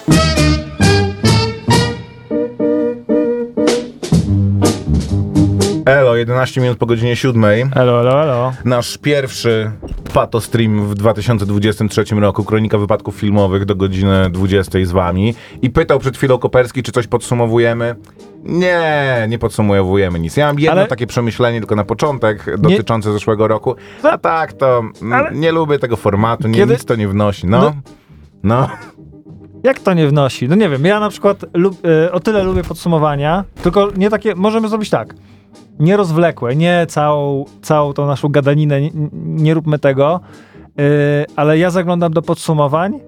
Elo, 11 minut po godzinie 7. Elo, elo, elo. Nasz pierwszy patostream w 2023 roku. Kronika wypadków filmowych do godziny 20 z wami. I pytał przed chwilą Koperski, czy coś podsumowujemy. Nie podsumowujemy nic. Ja mam jedno takie przemyślenie tylko na początek dotyczące zeszłego roku. A tak to nie lubię tego formatu, nic to nie wnosi. No. Jak to nie wnosi? No nie wiem, ja na przykład o tyle lubię podsumowania, tylko nie takie, możemy zrobić tak, nie rozwlekłe, nie całą tą naszą gadaninę, nie róbmy tego, ale ja zaglądam do podsumowań,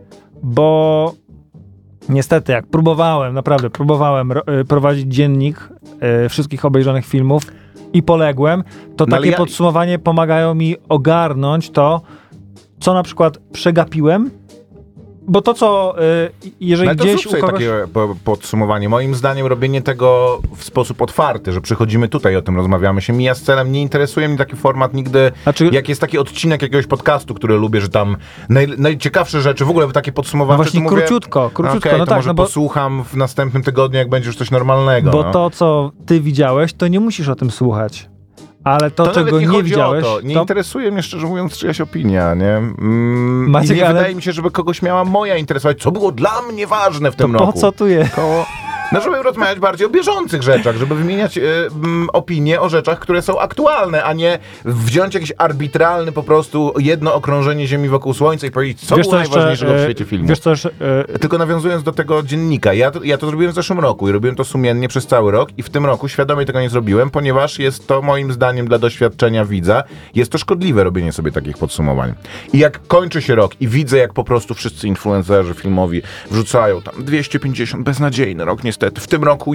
bo niestety jak próbowałem prowadzić dziennik wszystkich obejrzanych filmów i poległem, to takie podsumowanie pomagają mi ogarnąć to, co na przykład przegapiłem, bo to, co jeżeli gdzieś u kogoś... takie podsumowanie. Moim zdaniem robienie tego w sposób otwarty, że przychodzimy tutaj, o tym rozmawiamy, się mija z celem. Nie interesuje mnie taki format nigdy, jak jest taki odcinek jakiegoś podcastu, który lubię, że tam najciekawsze rzeczy, w ogóle takie podsumowanie. No właśnie króciutko. Okay, no to może posłucham w następnym tygodniu, jak będzie już coś normalnego. Bo to, co ty widziałeś, to nie musisz o tym słuchać. Ale to czego nie widziałeś... Nie interesuje mnie, szczerze mówiąc, czyjaś opinia, nie? Maciek, nie wydaje mi się, żeby kogoś miała moja interesować, co było dla mnie ważne w tym roku. Po co tu jest? Żeby rozmawiać bardziej o bieżących rzeczach, żeby wymieniać opinie o rzeczach, które są aktualne, a nie wziąć jakiś arbitralny po prostu jedno okrążenie Ziemi wokół Słońca i powiedzieć, co było najważniejszego w świecie filmu. Tylko nawiązując do tego dziennika, ja to zrobiłem w zeszłym roku i robiłem to sumiennie przez cały rok i w tym roku świadomie tego nie zrobiłem, ponieważ jest to moim zdaniem dla doświadczenia widza, jest to szkodliwe robienie sobie takich podsumowań. I jak kończy się rok i widzę, jak po prostu wszyscy influencerzy filmowi wrzucają tam 250, beznadziejny rok, niestety. W tym roku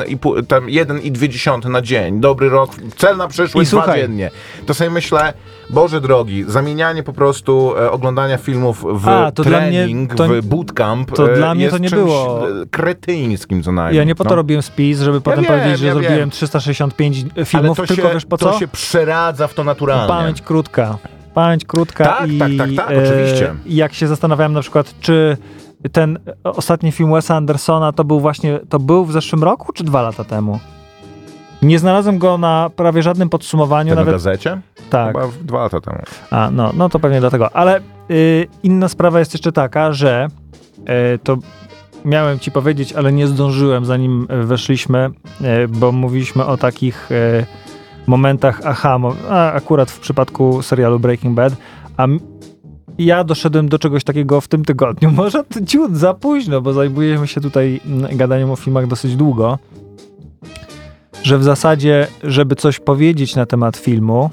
1,2 na dzień. Dobry rok, cel na przyszłość 2 dziennie. To sobie myślę, Boże drogi, zamienianie po prostu oglądania filmów w trening, w bootcamp to dla mnie to nie było kretyńskim co najmniej. Ja nie po to robiłem spis, żeby potem powiedzieć, że zrobiłem 365 filmów, tylko wiesz po co? To się przeradza w to naturalnie. Pamięć krótka. Tak, oczywiście. I jak się zastanawiałem na przykład, czy ten ostatni film Wesa Andersona to był w zeszłym roku, czy 2 lata temu? Nie znalazłem go na prawie żadnym podsumowaniu. W gazecie? Tak. Chyba 2 lata temu. No to pewnie dlatego. Ale inna sprawa jest jeszcze taka, że to miałem ci powiedzieć, ale nie zdążyłem, zanim weszliśmy, bo mówiliśmy o takich momentach akurat w przypadku serialu Breaking Bad, ja doszedłem do czegoś takiego w tym tygodniu. Może ciut za późno, bo zajmujemy się tutaj gadaniem o filmach dosyć długo, że w zasadzie, żeby coś powiedzieć na temat filmu,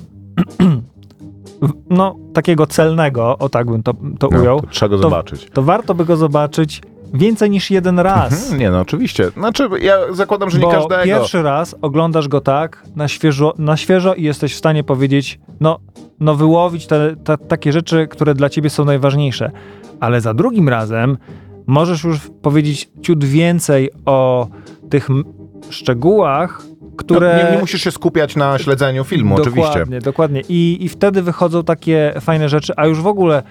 takiego celnego, tak bym to ujął, to trzeba go zobaczyć. To warto by go zobaczyć więcej niż jeden raz. Oczywiście. Znaczy, ja zakładam, że nie każdego. Pierwszy raz oglądasz go tak na świeżo i jesteś w stanie powiedzieć, wyłowić takie rzeczy, które dla ciebie są najważniejsze. Ale za drugim razem możesz już powiedzieć ciut więcej o tych szczegółach, które... Nie musisz się skupiać na śledzeniu filmu, oczywiście. Dokładnie. I wtedy wychodzą takie fajne rzeczy, a już w ogóle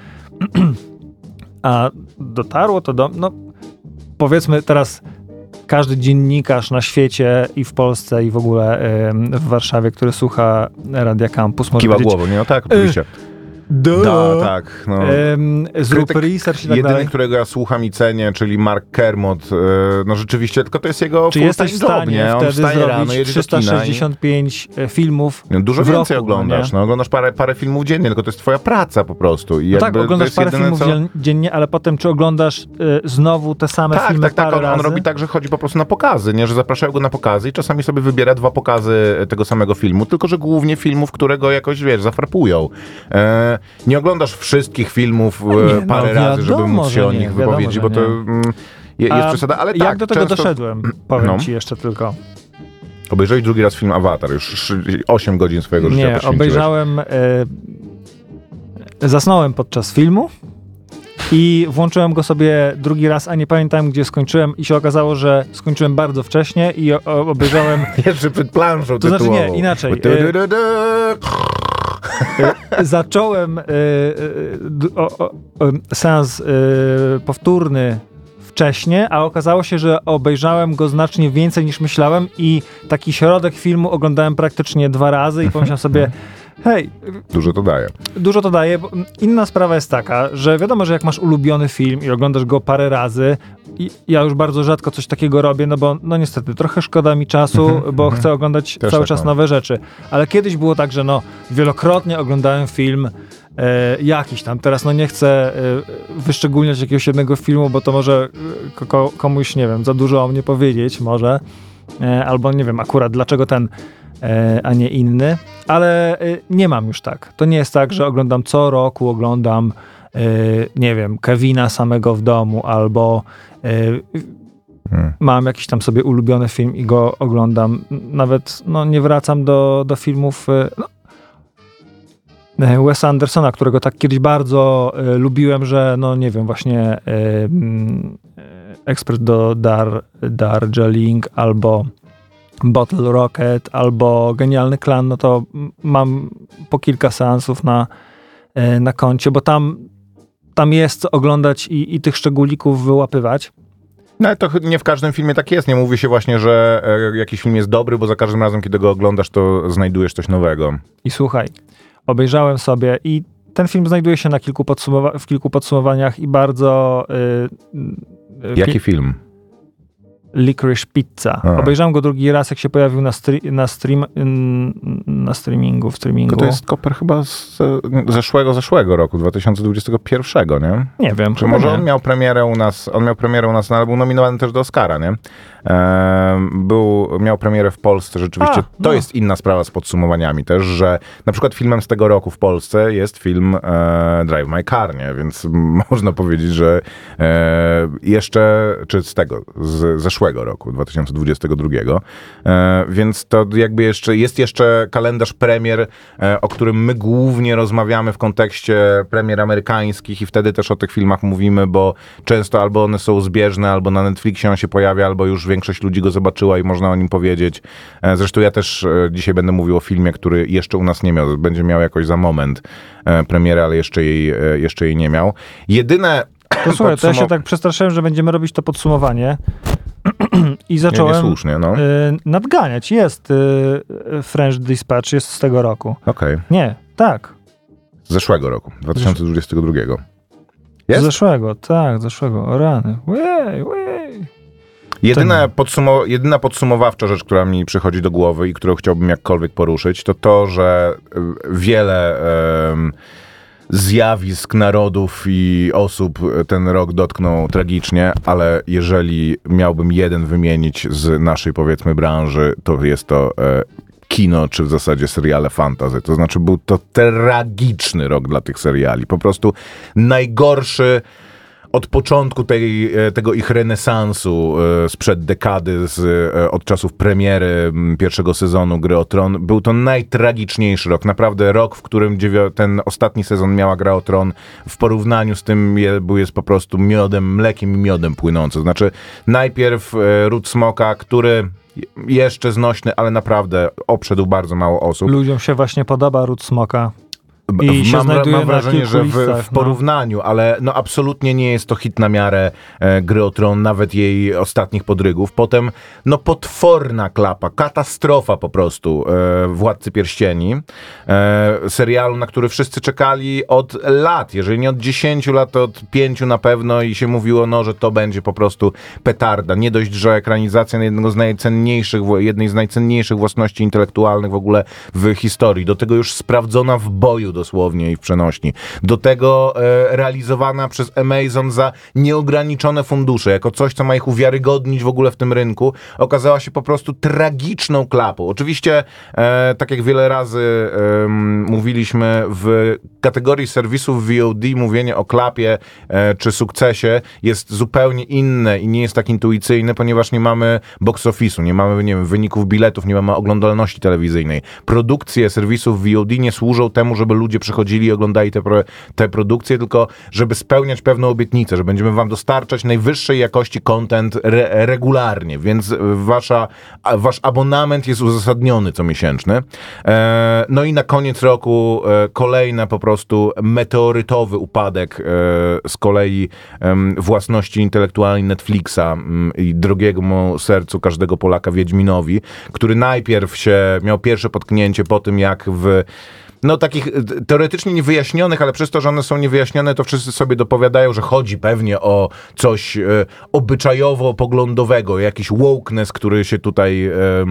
dotarło to do... powiedzmy teraz każdy dziennikarz na świecie i w Polsce i w ogóle w Warszawie, który słucha Radia Campus, może powiedzieć... Kiwa głową, tak, oczywiście. Tak. Zrób research i tak jedyny, którego ja słucham i cenię, czyli Mark Kermott, rzeczywiście, tylko to jest jego Czy jesteś w stanie on wtedy wstaje rano, zrobić 365 filmów dużo w więcej roku, oglądasz, oglądasz parę filmów dziennie, tylko to jest twoja praca po prostu. I oglądasz parę filmów dziennie, ale potem czy oglądasz znowu te same filmy parę razy? On robi tak, że chodzi po prostu na pokazy, że zapraszają go na pokazy i czasami sobie wybiera 2 pokazy tego samego filmu, tylko że głównie filmów, które go jakoś, zafrapują. Nie oglądasz wszystkich filmów parę razy, żeby móc się o nich wypowiedzieć, bo to jest przesada, ale jak do tego doszedłem? Powiem ci jeszcze tylko. Obejrzałeś drugi raz film Avatar, już 8 godzin swojego życia poświęciłeś. Obejrzałem, zasnąłem podczas filmu i włączyłem go sobie drugi raz, a nie pamiętałem, gdzie skończyłem i się okazało, że skończyłem bardzo wcześnie i obejrzałem... Jeszcze przed planszą tytułową. To znaczy nie, inaczej. Zacząłem seans powtórny wcześnie, a okazało się, że obejrzałem go znacznie więcej niż myślałem i taki środek filmu oglądałem praktycznie 2 razy i pomyślałem sobie, hej, Dużo to daje. Bo inna sprawa jest taka, że wiadomo, że jak masz ulubiony film i oglądasz go parę razy, i ja już bardzo rzadko coś takiego robię, no bo no niestety trochę szkoda mi czasu, bo chcę oglądać Też cały tak czas mam. nowe rzeczy. Ale kiedyś było tak, że no wielokrotnie oglądałem film jakiś tam. Teraz no nie chcę wyszczególniać jakiegoś jednego filmu, bo to może komuś, nie wiem, za dużo o mnie powiedzieć może. Albo nie wiem akurat dlaczego ten a nie inny, ale nie mam już tak. To nie jest tak, że oglądam co roku, oglądam nie wiem, Kevina samego w domu, albo mam jakiś tam sobie ulubiony film i go oglądam. Nawet no, nie wracam do filmów Wesa Andersona, którego tak kiedyś bardzo lubiłem, że no nie wiem, właśnie Ekspres do Darjeeling, albo Bottle Rocket, albo Genialny Klan, no to mam po kilka seansów na koncie, bo tam jest co oglądać i tych szczególików wyłapywać. No ale to nie w każdym filmie tak jest. Nie mówi się właśnie, że jakiś film jest dobry, bo za każdym razem, kiedy go oglądasz, to znajdujesz coś nowego. I słuchaj, obejrzałem sobie i ten film znajduje się na w kilku podsumowaniach i bardzo... Jaki film? Licorice Pizza. Obejrzałem go drugi raz, jak się pojawił na streamingu. To jest koper chyba z zeszłego roku, 2021, nie? Nie wiem. Czy może on miał premierę u nas, no, ale był nominowany też do Oscara, nie? Miał premierę w Polsce rzeczywiście. To jest inna sprawa z podsumowaniami też, że na przykład filmem z tego roku w Polsce jest film Drive My Car, nie? Więc można powiedzieć, że jeszcze, czy z zeszłego roku, 2022, więc to jakby jest jeszcze kalendarz premier, o którym my głównie rozmawiamy w kontekście premier amerykańskich i wtedy też o tych filmach mówimy, bo często albo one są zbieżne, albo na Netflixie on się pojawia, albo już większość ludzi go zobaczyła i można o nim powiedzieć. Zresztą ja też dzisiaj będę mówił o filmie, który jeszcze u nas nie miał. Będzie miał jakoś za moment premierę, ale jeszcze jej nie miał. Jedyne... To słuchaj, to ja się tak przestraszyłem, że będziemy robić to podsumowanie i zacząłem niesłusznie, no. nadganiać. Jest French Dispatch, jest z tego roku. Okej. Nie, tak. Z zeszłego roku, 2022. Jest? Z zeszłego. O rany. Wej. Jedyna podsumowawcza rzecz, która mi przychodzi do głowy i którą chciałbym jakkolwiek poruszyć, to, że wiele zjawisk, narodów i osób ten rok dotknął tragicznie, ale jeżeli miałbym jeden wymienić z naszej, powiedzmy, branży, to jest to kino, czy w zasadzie seriale fantasy. To znaczy był to tragiczny rok dla tych seriali. Po prostu najgorszy od początku tego ich renesansu sprzed dekady, od czasów premiery pierwszego sezonu Gry o Tron, był to najtragiczniejszy rok. Naprawdę rok, w którym ten ostatni sezon miała Gra o Tron, w porównaniu z tym jest po prostu mlekiem i miodem płynący. Znaczy najpierw Ród Smoka, który jeszcze znośny, ale naprawdę obszedł bardzo mało osób. Ludziom się właśnie podoba Ród Smoka. I mam wrażenie, że w porównaniu, ale no absolutnie nie jest to hit na miarę Gry o Tron, nawet jej ostatnich podrygów. Potem no potworna klapa, katastrofa po prostu Władcy Pierścieni. Serialu, na który wszyscy czekali od lat, jeżeli nie od 10 lat, to od 5 na pewno i się mówiło, no, że to będzie po prostu petarda. Nie dość, że ekranizacja jednej z najcenniejszych własności intelektualnych w ogóle w historii. Do tego już sprawdzona w boju dosłownie i w przenośni. Do tego realizowana przez Amazon za nieograniczone fundusze, jako coś, co ma ich uwiarygodnić w ogóle w tym rynku, okazała się po prostu tragiczną klapą. Oczywiście, tak jak wiele razy mówiliśmy, w kategorii serwisów VOD mówienie o klapie czy sukcesie jest zupełnie inne i nie jest tak intuicyjne, ponieważ nie mamy box office'u, nie mamy, nie wiem, wyników biletów, nie mamy oglądalności telewizyjnej. Produkcje serwisów VOD nie służą temu, żeby ludzie przychodzili i oglądali te produkcje, tylko żeby spełniać pewną obietnicę, że będziemy wam dostarczać najwyższej jakości content regularnie, więc wasz abonament jest uzasadniony comiesięczny. No i na koniec roku kolejny po prostu meteorytowy upadek z kolei własności intelektualnej Netflixa i drogiego sercu każdego Polaka Wiedźminowi, który najpierw miał pierwsze potknięcie po tym, jak w takich teoretycznie niewyjaśnionych, ale przez to, że one są niewyjaśnione, to wszyscy sobie dopowiadają, że chodzi pewnie o coś obyczajowo-poglądowego, jakiś wokeness, który się tutaj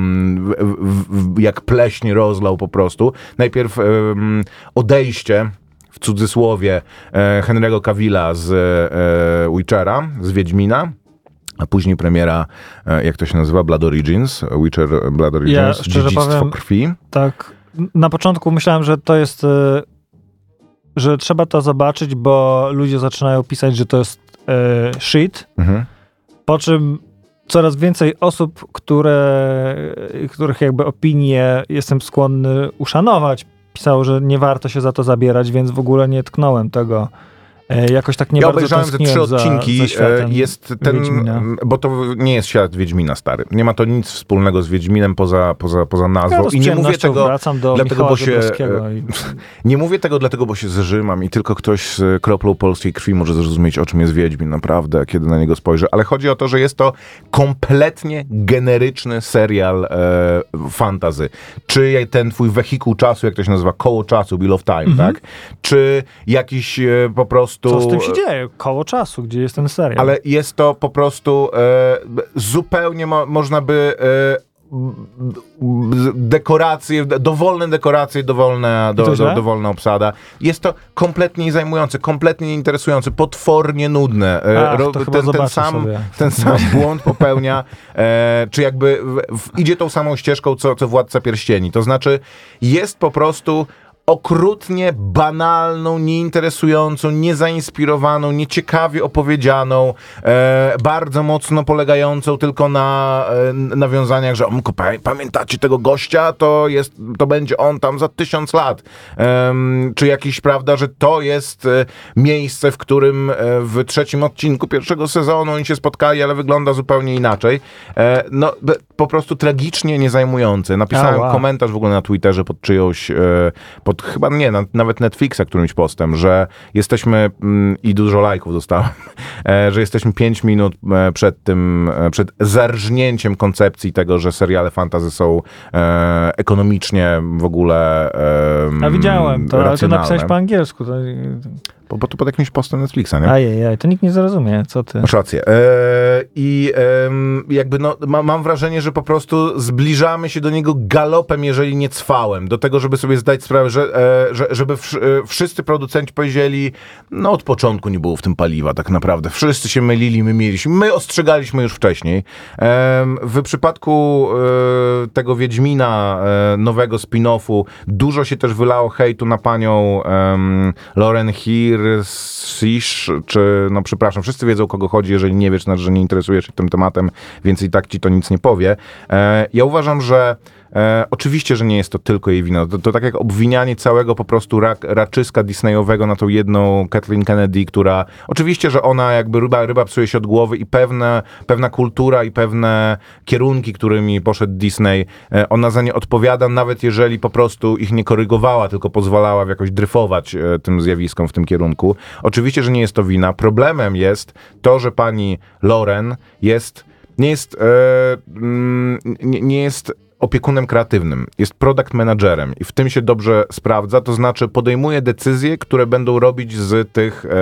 jak pleśń rozlał po prostu. Najpierw odejście w cudzysłowie Henry'ego Cavilla z Witchera, z Wiedźmina, a później premiera, jak to się nazywa, Blood Origins, Witcher Blood Origins, ja szczerze powiem, krwi. Tak, na początku myślałem, że to jest, że trzeba to zobaczyć, bo ludzie zaczynają pisać, że to jest shit, po czym coraz więcej osób, których jakby opinie jestem skłonny uszanować, pisało, że nie warto się za to zabierać, więc w ogóle nie tknąłem tego. Jakoś tak nie ja bardzo obejrzałem te 3 odcinki, jest ten, Wiedźmina. bo to nie jest świat Wiedźmina stary. Nie ma to nic wspólnego z Wiedźminem poza nazwą. Ja i nie mówię tego wracam do dlatego, bo się i... nie mówię tego dlatego, bo się zżymam i tylko ktoś z kroplą polskiej krwi może zrozumieć, o czym jest Wiedźmin, naprawdę, kiedy na niego spojrzy. Ale chodzi o to, że jest to kompletnie generyczny serial fantasy. Czy ten twój wehikuł czasu, jak to się nazywa, koło czasu, Wheel of Time, tak? Czy jakiś po prostu... Co z tym się dzieje? Koło czasu, gdzie jest ten serial? Ale jest to po prostu zupełnie można by dekoracje, dowolna dowolna obsada. Jest to kompletnie niezajmujące, kompletnie nieinteresujące, potwornie nudne. Ten sam błąd popełnia, czy jakby idzie tą samą ścieżką, co Władca Pierścieni. To znaczy jest po prostu okrutnie banalną, nieinteresującą, niezainspirowaną, nieciekawie opowiedzianą, bardzo mocno polegającą tylko na nawiązaniach, że pamiętacie tego gościa? To będzie on tam za 1000 lat. Czy jakiś, prawda, że to jest miejsce, w którym w 3. odcinku 1. sezonu oni się spotkali, ale wygląda zupełnie inaczej. Po prostu tragicznie niezajmujące. Napisałem komentarz w ogóle na Twitterze pod czyjąś chyba nawet Netflixa którymś postem, że jesteśmy, i dużo lajków dostałem, że jesteśmy 5 minut przed zarżnięciem koncepcji tego, że seriale fantasy są ekonomicznie w ogóle A widziałem to, ale to napisałeś po angielsku. Bo to pod jakimś postem Netflixa, nie? Ajajaj, to nikt nie zrozumie, co ty. Masz rację. Jakby mam wrażenie, że po prostu zbliżamy się do niego galopem, jeżeli nie cwałem, do tego, żeby sobie zdać sprawę, żeby wszyscy producenci powiedzieli, od początku nie było w tym paliwa tak naprawdę. Wszyscy się mylili, my ostrzegaliśmy już wcześniej. W przypadku tego Wiedźmina, nowego spin-offu, dużo się też wylało hejtu na panią Lauren Hirsch, czy, przepraszam, wszyscy wiedzą, o kogo chodzi, jeżeli nie wiesz, znaczy, że nie interesujesz się tym tematem, więc i tak ci to nic nie powie. Ja uważam, że oczywiście, że nie jest to tylko jej wina. To tak jak obwinianie całego po prostu raczyska disneyowego na tą jedną Kathleen Kennedy, która oczywiście, że ona jakby ryba psuje się od głowy i pewna kultura i pewne kierunki, którymi poszedł Disney, ona za nie odpowiada, nawet jeżeli po prostu ich nie korygowała, tylko pozwalała jakoś dryfować tym zjawiskom w tym kierunku. Oczywiście, że nie jest to wina. Problemem jest to, że pani Lauren nie jest opiekunem kreatywnym, jest product managerem i w tym się dobrze sprawdza, to znaczy podejmuje decyzje, które będą robić z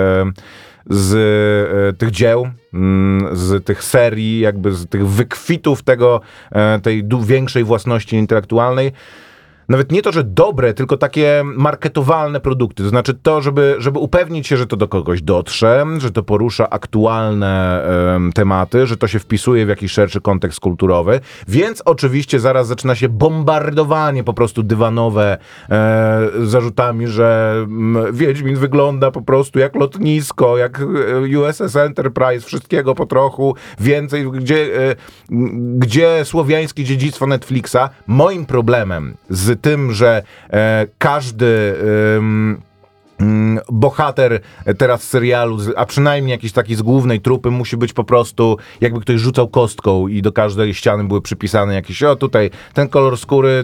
tych dzieł, z tych serii, jakby z tych wykwitów tej większej własności intelektualnej. Nawet nie to, że dobre, tylko takie marketowalne produkty. To znaczy to, żeby upewnić się, że to do kogoś dotrze, że to porusza aktualne tematy, że to się wpisuje w jakiś szerszy kontekst kulturowy. Więc oczywiście zaraz zaczyna się bombardowanie po prostu dywanowe zarzutami, że Wiedźmin wygląda po prostu jak lotnisko, jak USS Enterprise, wszystkiego po trochu, więcej, gdzie słowiańskie dziedzictwo Netflixa. Moim problemem z tym, że każdy bohater teraz serialu, a przynajmniej jakiś taki z głównej trupy musi być po prostu, jakby ktoś rzucał kostką i do każdej ściany były przypisane jakieś, tutaj ten kolor skóry,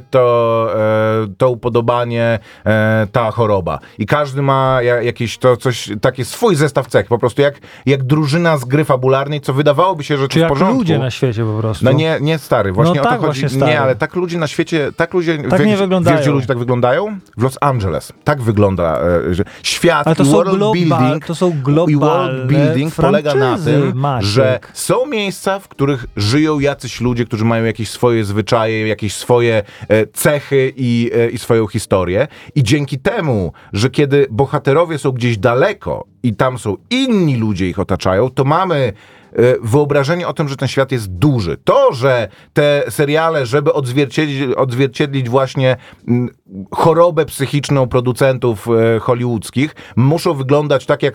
to upodobanie, ta choroba. I każdy ma jakieś taki swój zestaw cech, po prostu jak drużyna z gry fabularnej, co wydawałoby się, że to w porządku. Ludzie na świecie po prostu. No nie stary, właśnie o to tak, chodzi. właśnie stary. Nie, ale tak ludzie na świecie, nie wyglądają. Wiesz, gdzie ludzie tak wyglądają? W Los Angeles. Tak wygląda, że świat ale to i są world building, to są globalne polega na tym, Maciek. że są miejsca, w których żyją jacyś ludzie, którzy mają jakieś swoje zwyczaje, jakieś swoje cechy i swoją historię. I dzięki temu, że kiedy bohaterowie są gdzieś daleko i tam są inni ludzie ich otaczają, to mamy wyobrażenie o tym, że ten świat jest duży. To, że te seriale, żeby odzwierciedlić właśnie chorobę psychiczną producentów hollywoodzkich, muszą wyglądać tak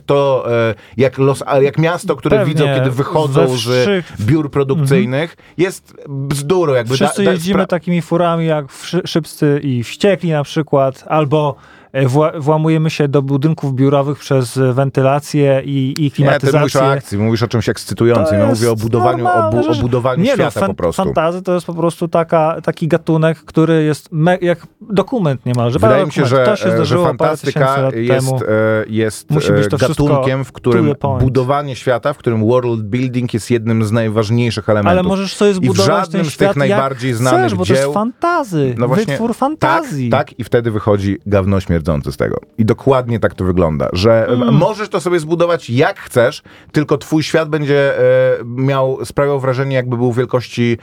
jak miasto, które Pewnie, widzą, kiedy wychodzą z biur produkcyjnych, jest bzdurą. Wszyscy jeździmy takimi furami jak Szybcy i Wściekli na przykład, albo włamujemy się do budynków biurowych przez wentylację i klimatyzację. Nie, ty mówisz o akcji, mówisz o czymś ekscytującym. Ja mówię o budowaniu, o budowaniu świata po prostu. Fantazy to jest po prostu taki gatunek, który jest jak dokument niemalże. Wydaje mi się, że fantastyka jest gatunkiem, w którym budowanie świata, w którym world building jest jednym z najważniejszych elementów. Ale możesz sobie zbudować I w żadnym z tych najbardziej znanych dzieł, bo to jest fantazy, wytwór fantazji. Tak, i wtedy wychodzi gawno śmierdzące z tego. I dokładnie tak to wygląda, że możesz to sobie zbudować jak chcesz, tylko twój świat będzie sprawiał wrażenie, jakby był wielkości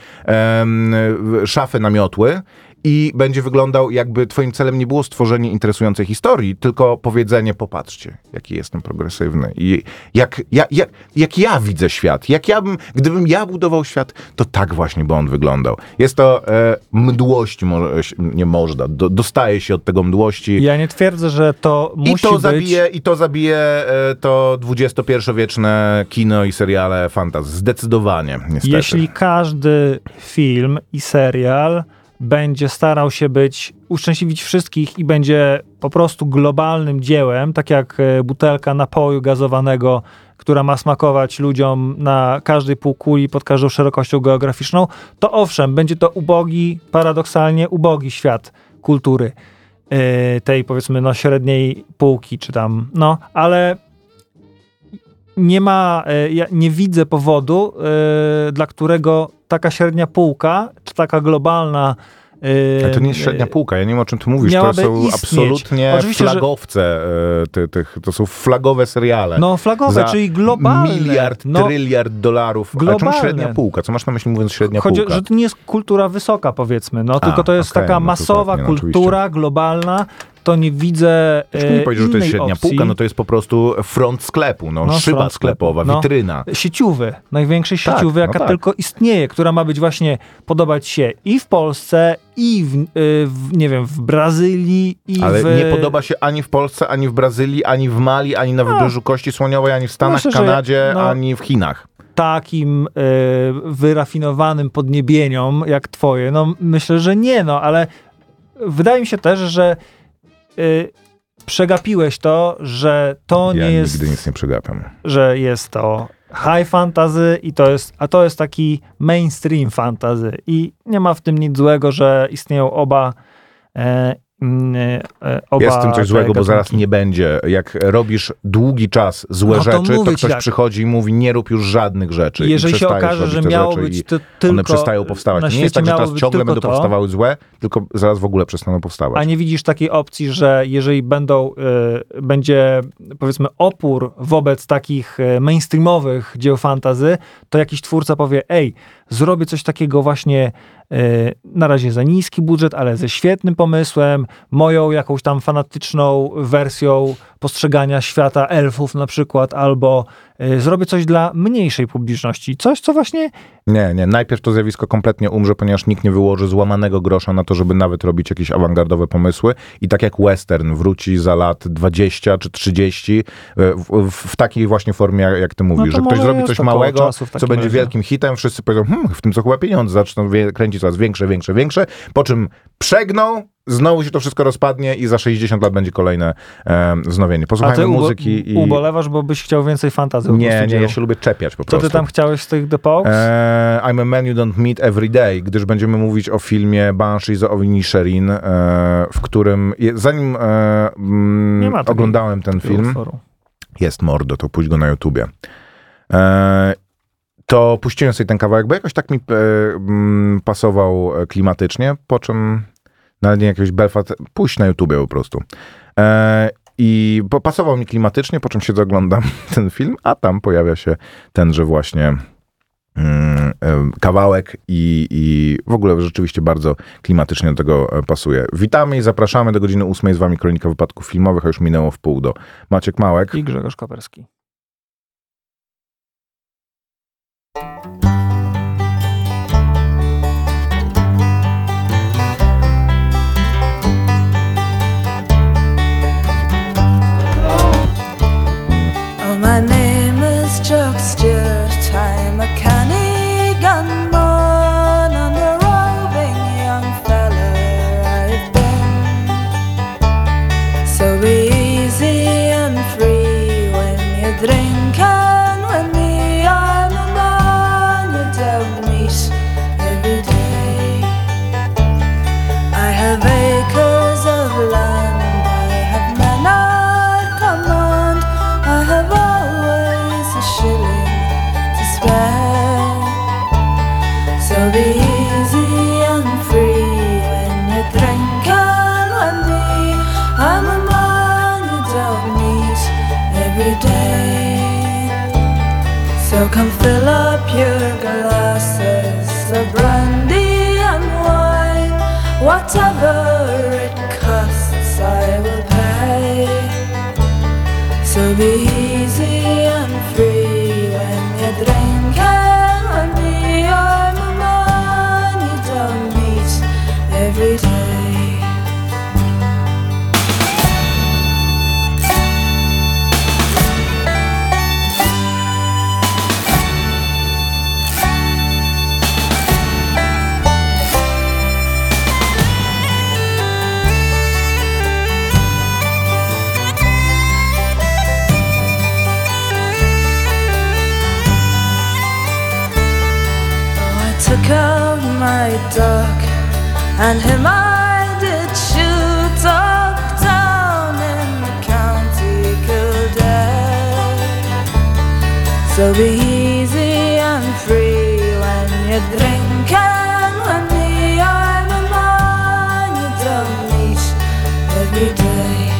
szafy na miotły i będzie wyglądał, jakby twoim celem nie było stworzenie interesującej historii, tylko powiedzenie, popatrzcie, jaki jestem progresywny i jak ja widzę świat. Gdybym ja budował świat, to tak właśnie by on wyglądał. Jest to mdłość, dostaje się od tego mdłości. Ja nie twierdzę, że to musi być... I to zabije to XXI-wieczne kino i seriale fantasy. Zdecydowanie, niestety. Jeśli każdy film i serial będzie starał się uszczęśliwić wszystkich i będzie po prostu globalnym dziełem, tak jak butelka napoju gazowanego, która ma smakować ludziom na każdej półkuli pod każdą szerokością geograficzną, to owszem, będzie to paradoksalnie ubogi świat kultury tej, powiedzmy, średniej półki, czy tam, ale ja nie widzę powodu, dla którego taka średnia półka, czy taka globalna... Ale to nie jest średnia półka, ja nie wiem, o czym ty mówisz. To są absolutnie flagowce. To są flagowe seriale. Flagowe, czyli globalne. Tryliard dolarów. Ale czemu średnia półka? Co masz na myśli, mówiąc średnia półka? Chodzi, że to nie jest kultura wysoka, powiedzmy. Tylko to jest taka masowa kultura globalna. To nie widzę nie powiedzieć, że to jest średnia opcji. półka, to jest po prostu front sklepu, szyba sklepowa, witryna. Sieciówy, największej sieciówy, jaka tylko istnieje, która ma być właśnie, podobać się i w Polsce, i w Brazylii, Ale nie podoba się ani w Polsce, ani w Brazylii, ani w Mali, ani na Wybrzeżu Kości Słoniowej, ani w Stanach, Kanadzie, ani w Chinach. Takim wyrafinowanym podniebieniom, jak twoje, myślę, że nie, ale wydaje mi się też, że przegapiłeś to, że to nie jest... Ja nigdy nic nie przegapiam. Że jest to high fantasy a to jest taki mainstream fantasy i nie ma w tym nic złego, że istnieją oba jest w tym coś złego, bo zaraz nie będzie. Jak robisz długi czas złe rzeczy, to ktoś przychodzi i mówi, nie rób już żadnych rzeczy. Jeżeli się okaże, że miało być tylko... One przestają powstawać. Nie jest tak, że teraz ciągle będą powstawały złe, tylko zaraz w ogóle przestaną powstawać. A nie widzisz takiej opcji, że jeżeli będzie, powiedzmy, opór wobec takich mainstreamowych dzieł fantasy, to jakiś twórca powie, zrobię coś takiego właśnie na razie za niski budżet, ale ze świetnym pomysłem, moją jakąś tam fanatyczną wersją postrzegania świata elfów na przykład, albo zrobię coś dla mniejszej publiczności. Coś, co właśnie... Nie. Najpierw to zjawisko kompletnie umrze, ponieważ nikt nie wyłoży złamanego grosza na to, żeby nawet robić jakieś awangardowe pomysły. I tak jak western wróci za lat 20 czy 30 w takiej właśnie formie, jak ty mówisz, że ktoś zrobi coś małego, co będzie wielkim hitem, wszyscy powiedzą, w tym co chyba pieniądze, zaczną kręcić coraz większe, po czym przegną, znowu się to wszystko rozpadnie i za 60 lat będzie kolejne wznowienie. Posłuchajmy muzyki i... ubolewasz, bo byś chciał więcej fantazji. Nie, ja się lubię czepiać po prostu. Co ty tam chciałeś z tych The Pogues? I'm a man you don't meet every day, gdyż będziemy mówić o filmie Banshees of Inisherin, w którym, zanim oglądałem ten film, jest mordo, to pójdź go na YouTubie, to puściłem sobie ten kawałek, bo jakoś tak mi pasował klimatycznie, po czym nawet nie jakiegoś Belfast, pójść na YouTubie po prostu. I pasował mi klimatycznie, po czym się oglądam ten film, a tam pojawia się tenże właśnie kawałek i w ogóle rzeczywiście bardzo klimatycznie do tego pasuje. Witamy i zapraszamy do godziny 8. Z wami Kronika Wypadków Filmowych, a już minęło w pół do. Maciek Małek i Grzegorz Koperski. My name is Chuck Stewart, I'm a canny gunman and a roving young feller I've been. So be easy and free when you drink and when me, I'm a man you don't meet every day. I have acres of land, I have men at command, I have a shilling to spare. So be easy and free when you drink and when me, I'm a man you don't meet every day. So come fill up your glasses of brandy and wine, whatever it costs I will pay. So be easy and free when you drink and when me, I'm a man you don't meet every day. Took out my dog and him I did shoot up down in the county Kildare. So be easy and free when you drink and when me, I'm a man you don't meet every day.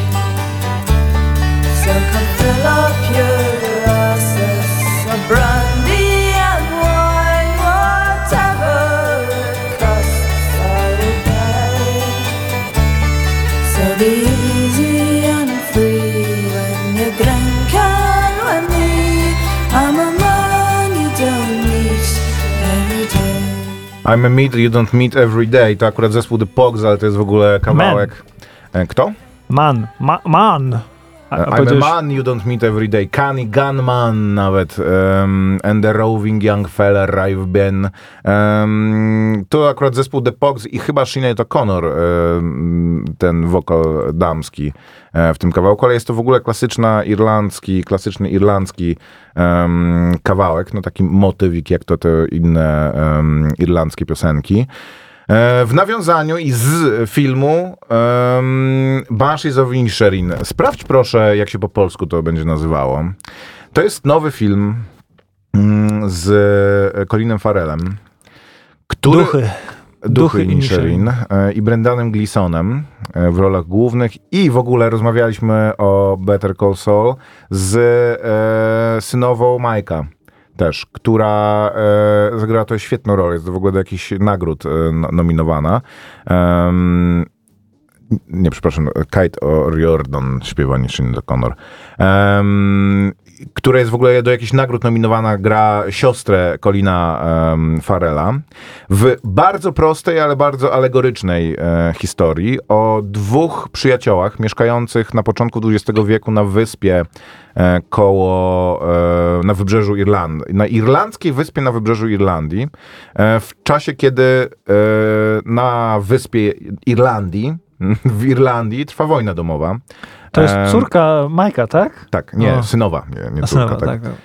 So come fill up your glasses of brandy and wine, whatever it costs I will pay. So be easy and free when you drink and when me, I'm a man you don't meet every day. I'm a meat you don't meet every day. To akurat zespół The Pogues, ale to jest w ogóle kawałek. Kto? Man. I'm a man you don't meet every day. Canny gunman nawet. And the roving young feller I've been. To akurat zespół The Pogues i chyba Sinead O'Connor, ten wokal damski w tym kawałku, ale jest to w ogóle klasyczny irlandzki kawałek, no taki motywik jak to te inne irlandzkie piosenki. W nawiązaniu i z filmu Banshees of Inisherin. Sprawdź proszę, jak się po polsku to będzie nazywało. To jest nowy film z Colinem Farrellem, który... Duchy Inisherin i Brendanem Gleesonem w rolach głównych i w ogóle rozmawialiśmy o Better Call Saul z synową Mike'a też, która zagrała to świetną rolę, jest w ogóle do jakichś nagród nominowana. Nie, przepraszam, Kate O'Riordan śpiewa, nie Sinead O'Connor. Która jest w ogóle do jakichś nagród nominowana, gra siostrę Colina Farrella w bardzo prostej, ale bardzo alegorycznej historii o dwóch przyjaciołach mieszkających na początku XX wieku na wyspie na wybrzeżu Irlandii, na irlandzkiej wyspie na wybrzeżu Irlandii, w czasie, kiedy na wyspie Irlandii w Irlandii trwa wojna domowa. To jest córka Majka, tak? Tak, nie, synowa, nie córka. Synowa, tak. tak.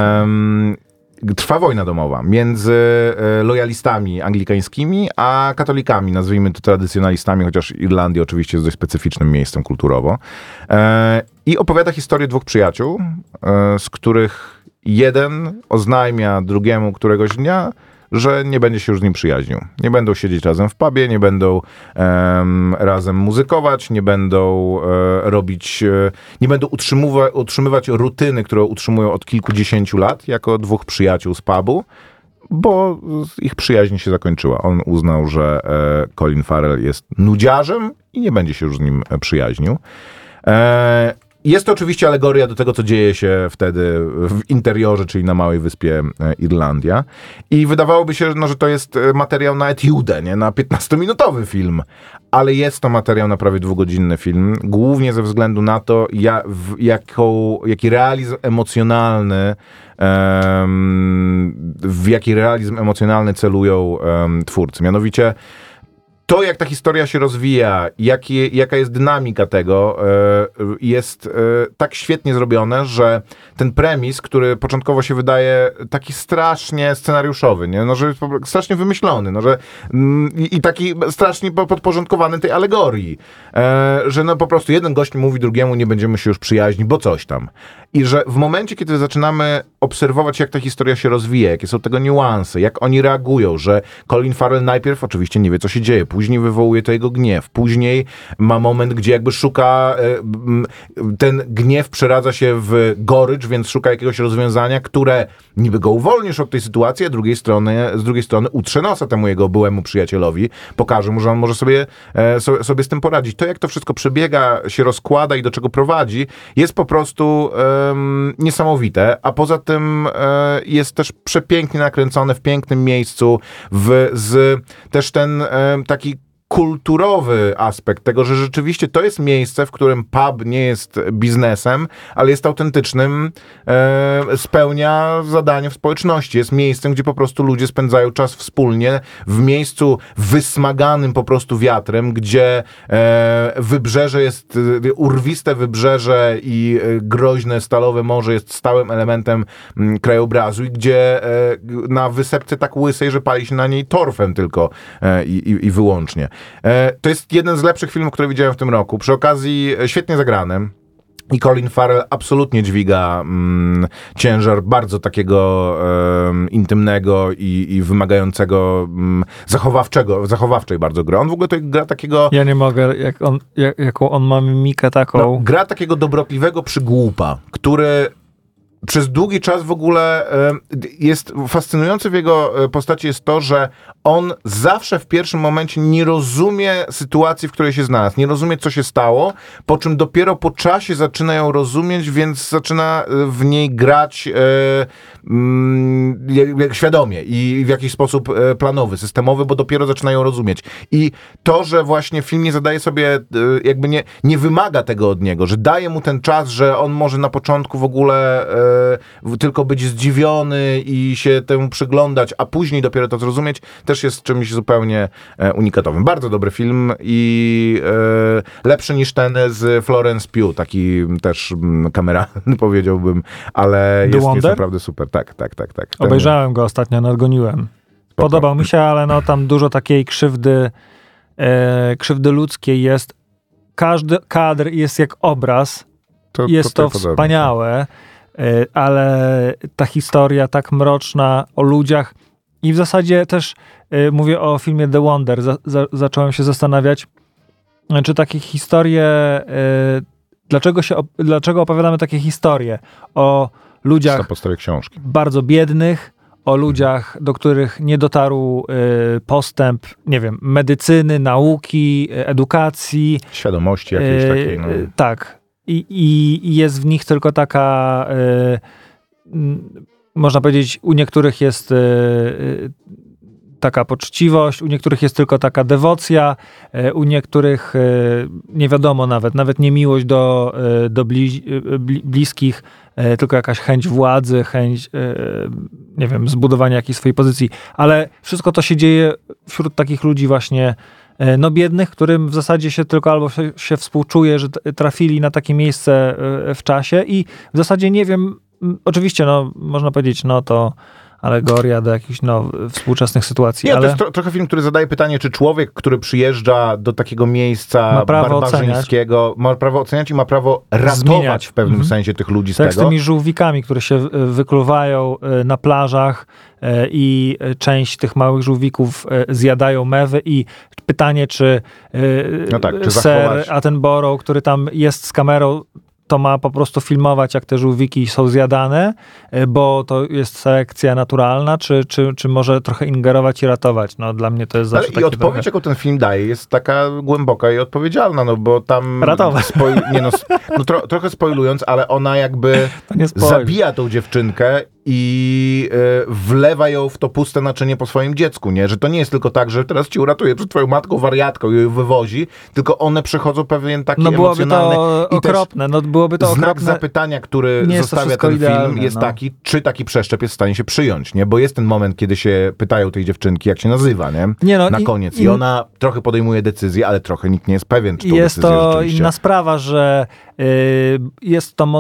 Trwa wojna domowa między lojalistami anglikańskimi a katolikami, nazwijmy to tradycjonalistami, chociaż Irlandia oczywiście jest dość specyficznym miejscem kulturowo. I opowiada historię dwóch przyjaciół, z których jeden oznajmia drugiemu któregoś dnia, że nie będzie się już z nim przyjaźnił. Nie będą siedzieć razem w pubie, nie będą razem muzykować, nie będą nie będą utrzymywać rutyny, którą utrzymują od kilkudziesięciu lat, jako dwóch przyjaciół z pubu, bo ich przyjaźń się zakończyła. On uznał, że Colin Farrell jest nudziarzem i nie będzie się już z nim przyjaźnił. Jest to oczywiście alegoria do tego, co dzieje się wtedy w interiorze, czyli na małej wyspie Irlandia. I wydawałoby się, że to jest materiał na etiudę, nie? Na 15-minutowy film. Ale jest to materiał na prawie 2-godzinny film. Głównie ze względu na to, jaki realizm emocjonalny w jaki realizm emocjonalny celują twórcy. Mianowicie to, jak ta historia się rozwija, jaka jest dynamika tego, jest tak świetnie zrobione, że ten premis, który początkowo się wydaje taki strasznie scenariuszowy, nie? No, że strasznie wymyślony, no, że i taki strasznie podporządkowany tej alegorii, że no po prostu jeden gość mówi drugiemu, nie będziemy się już przyjaźnić, bo coś tam. I że w momencie, kiedy zaczynamy obserwować, jak ta historia się rozwija, jakie są tego niuanse, jak oni reagują, że Colin Farrell najpierw oczywiście nie wie, co się dzieje, później wywołuje to jego gniew, później ma moment, gdzie jakby szuka, ten gniew przeradza się w gorycz, więc szuka jakiegoś rozwiązania, które niby go uwolnisz od tej sytuacji, a z drugiej strony utrze nosa temu jego byłemu przyjacielowi, pokaże mu, że on może sobie z tym poradzić. To, jak to wszystko przebiega, się rozkłada i do czego prowadzi, jest po prostu niesamowite, a poza tym jest też przepięknie nakręcone w pięknym miejscu, też ten taki kulturowy aspekt tego, że rzeczywiście to jest miejsce, w którym pub nie jest biznesem, ale jest autentycznym, spełnia zadanie w społeczności. Jest miejscem, gdzie po prostu ludzie spędzają czas wspólnie, w miejscu wysmaganym po prostu wiatrem, gdzie wybrzeże jest, urwiste wybrzeże i groźne stalowe morze jest stałym elementem krajobrazu i gdzie na wysepce tak łysej, że pali się na niej torfem tylko i wyłącznie. To jest jeden z lepszych filmów, które widziałem w tym roku. Przy okazji świetnie zagrany. I Colin Farrell absolutnie dźwiga ciężar bardzo takiego intymnego i wymagającego, zachowawczej bardzo gry. On w ogóle to gra takiego... Ja nie mogę, jaką on ma mimikę taką... No, gra takiego dobrotliwego przygłupa, który przez długi czas w ogóle jest fascynujące w jego postaci jest to, że on zawsze w pierwszym momencie nie rozumie sytuacji, w której się znalazł, nie rozumie, co się stało, po czym dopiero po czasie zaczyna ją rozumieć, więc zaczyna w niej grać świadomie i w jakiś sposób planowy, systemowy, bo dopiero zaczyna ją rozumieć. I to, że właśnie film nie zadaje sobie, jakby nie wymaga tego od niego, że daje mu ten czas, że on może na początku w ogóle tylko być zdziwiony i się temu przyglądać, a później dopiero to zrozumieć, też jest czymś zupełnie unikatowym. Bardzo dobry film i lepszy niż ten z Florence Pugh, taki też kameralny powiedziałbym, ale jest naprawdę super. Tak. Obejrzałem go ostatnio, nadgoniłem. Podobał mi się, ale no tam dużo takiej krzywdy ludzkiej jest. Każdy kadr jest jak obraz. Jest to wspaniałe. Ale ta historia tak mroczna o ludziach i w zasadzie też mówię o filmie The Wonder, zacząłem się zastanawiać, czy takie historie, dlaczego opowiadamy takie historie o ludziach na podstawie książki bardzo biednych, o ludziach, do których nie dotarł postęp, nie wiem, medycyny, nauki, edukacji. Świadomości jakiejś takiej. No. Tak. I jest w nich tylko taka, można powiedzieć, u niektórych jest taka poczciwość, u niektórych jest tylko taka dewocja, u niektórych nie wiadomo nawet nie miłość do bliskich, tylko jakaś chęć władzy, chęć, nie wiem, zbudowania jakiejś swojej pozycji. Ale wszystko to się dzieje wśród takich ludzi właśnie no biednych, którym w zasadzie się tylko albo się współczuje, że trafili na takie miejsce w czasie i w zasadzie nie wiem, oczywiście, no można powiedzieć, no to alegoria do jakichś współczesnych sytuacji. Nie, ale to jest trochę film, który zadaje pytanie, czy człowiek, który przyjeżdża do takiego miejsca ma prawo barbarzyńskiego, ma prawo oceniać i ma prawo ratować Zmieniać. w pewnym sensie tych ludzi z tak z tego. tymi żółwikami, które się wykluwają na plażach i część tych małych żółwików zjadają mewy i pytanie, czy No tak, czy Sir zachować- Attenborough, który tam jest z kamerą, to ma po prostu filmować, jak te żółwiki są zjadane, bo to jest selekcja naturalna, czy może trochę ingerować i ratować. No dla mnie to jest zawsze Ale i takie odpowiedź, trochę... jaką ten film daje, jest taka głęboka i odpowiedzialna, no bo tam... Ratować. Trochę spoilując, ale ona jakby To nie spoiler. zabija tą dziewczynkę i wlewa ją w to puste naczynie po swoim dziecku, nie? Że to nie jest tylko tak, że teraz ci uratuje przed twoją matką wariatką i ją wywozi, tylko one przechodzą pewien taki No byłoby emocjonalny... to i też okropne, no byłoby to znak okropne. zapytania, który Nie jest to zostawia wszystko ten film, idealne, jest no. taki, czy taki przeszczep jest w stanie się przyjąć, nie? Bo jest ten moment, kiedy się pytają tej dziewczynki, jak się nazywa, nie? Nie, no, Na koniec. I ona trochę podejmuje decyzję, ale trochę nikt nie jest pewien, czy tą Jest decyzję to rzeczywiście... inna sprawa, że jest to...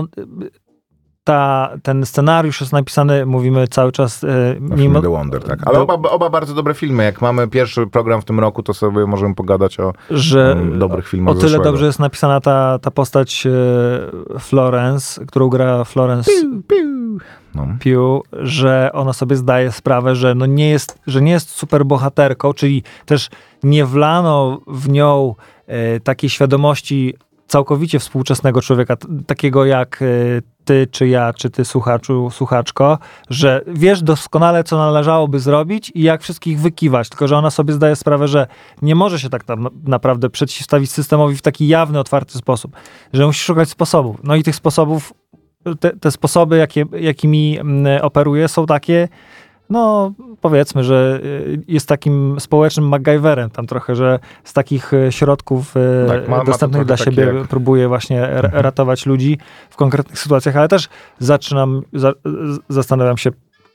ten scenariusz jest napisany, mówimy cały czas... Na filmie The Wonder, tak. Ale oba bardzo dobre filmy. Jak mamy pierwszy program w tym roku, to sobie możemy pogadać o dobrych filmach o tyle zeszłego. dobrze jest napisana ta postać Florence, którą gra Florence No. Pugh, że ona sobie zdaje sprawę, że nie jest super bohaterką, czyli też nie wlano w nią takiej świadomości całkowicie współczesnego człowieka, takiego jak ty, czy ja, czy ty, słuchaczu, słuchaczko, że wiesz doskonale, co należałoby zrobić i jak wszystkich wykiwać, tylko że ona sobie zdaje sprawę, że nie może się tak naprawdę przeciwstawić systemowi w taki jawny, otwarty sposób, że musi szukać sposobów. No i tych sposobów, te sposoby, jakimi operuje, są takie, no powiedzmy, że jest takim społecznym MacGyverem tam trochę, że z takich środków Tak, ma dostępnych to dla trochę siebie takie jak- próbuje właśnie ratować ludzi w konkretnych sytuacjach, ale też zastanawiam się,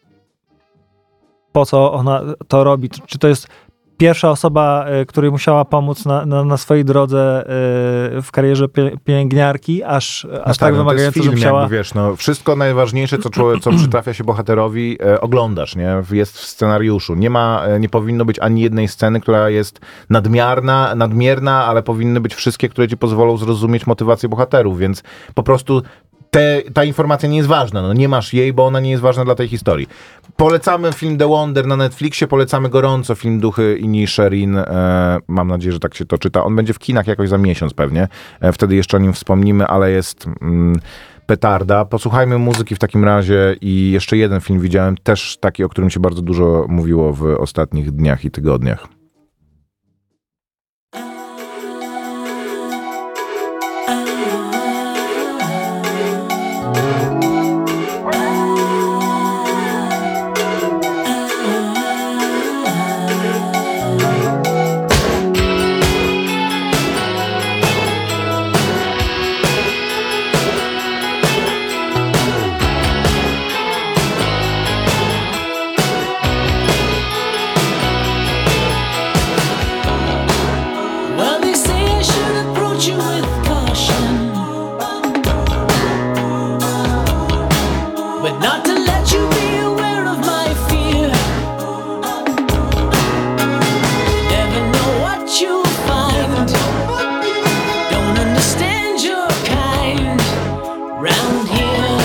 po co ona to robi. Czy to jest pierwsza osoba, której musiała pomóc na swojej drodze w karierze pielęgniarki, aż tak wymagająco, że musiała... Jakby, wiesz, no, wszystko najważniejsze, co przytrafia się bohaterowi, oglądasz, nie? Jest w scenariuszu. Nie powinno być ani jednej sceny, która jest nadmierna, ale powinny być wszystkie, które ci pozwolą zrozumieć motywację bohaterów, więc po prostu ta informacja nie jest ważna. No, nie masz jej, bo ona nie jest ważna dla tej historii. Polecamy film The Wonder na Netflixie, polecamy gorąco film Duchy Inisherin. Mam nadzieję, że tak się to czyta. On będzie w kinach jakoś za miesiąc pewnie. Wtedy jeszcze o nim wspomnimy, ale jest petarda. Posłuchajmy muzyki w takim razie i jeszcze jeden film widziałem, też taki, o którym się bardzo dużo mówiło w ostatnich dniach i tygodniach. Well, they say I should approach you with caution, but not to let you be aware of my fear. Never know what you'll find. Don't understand your kind round here.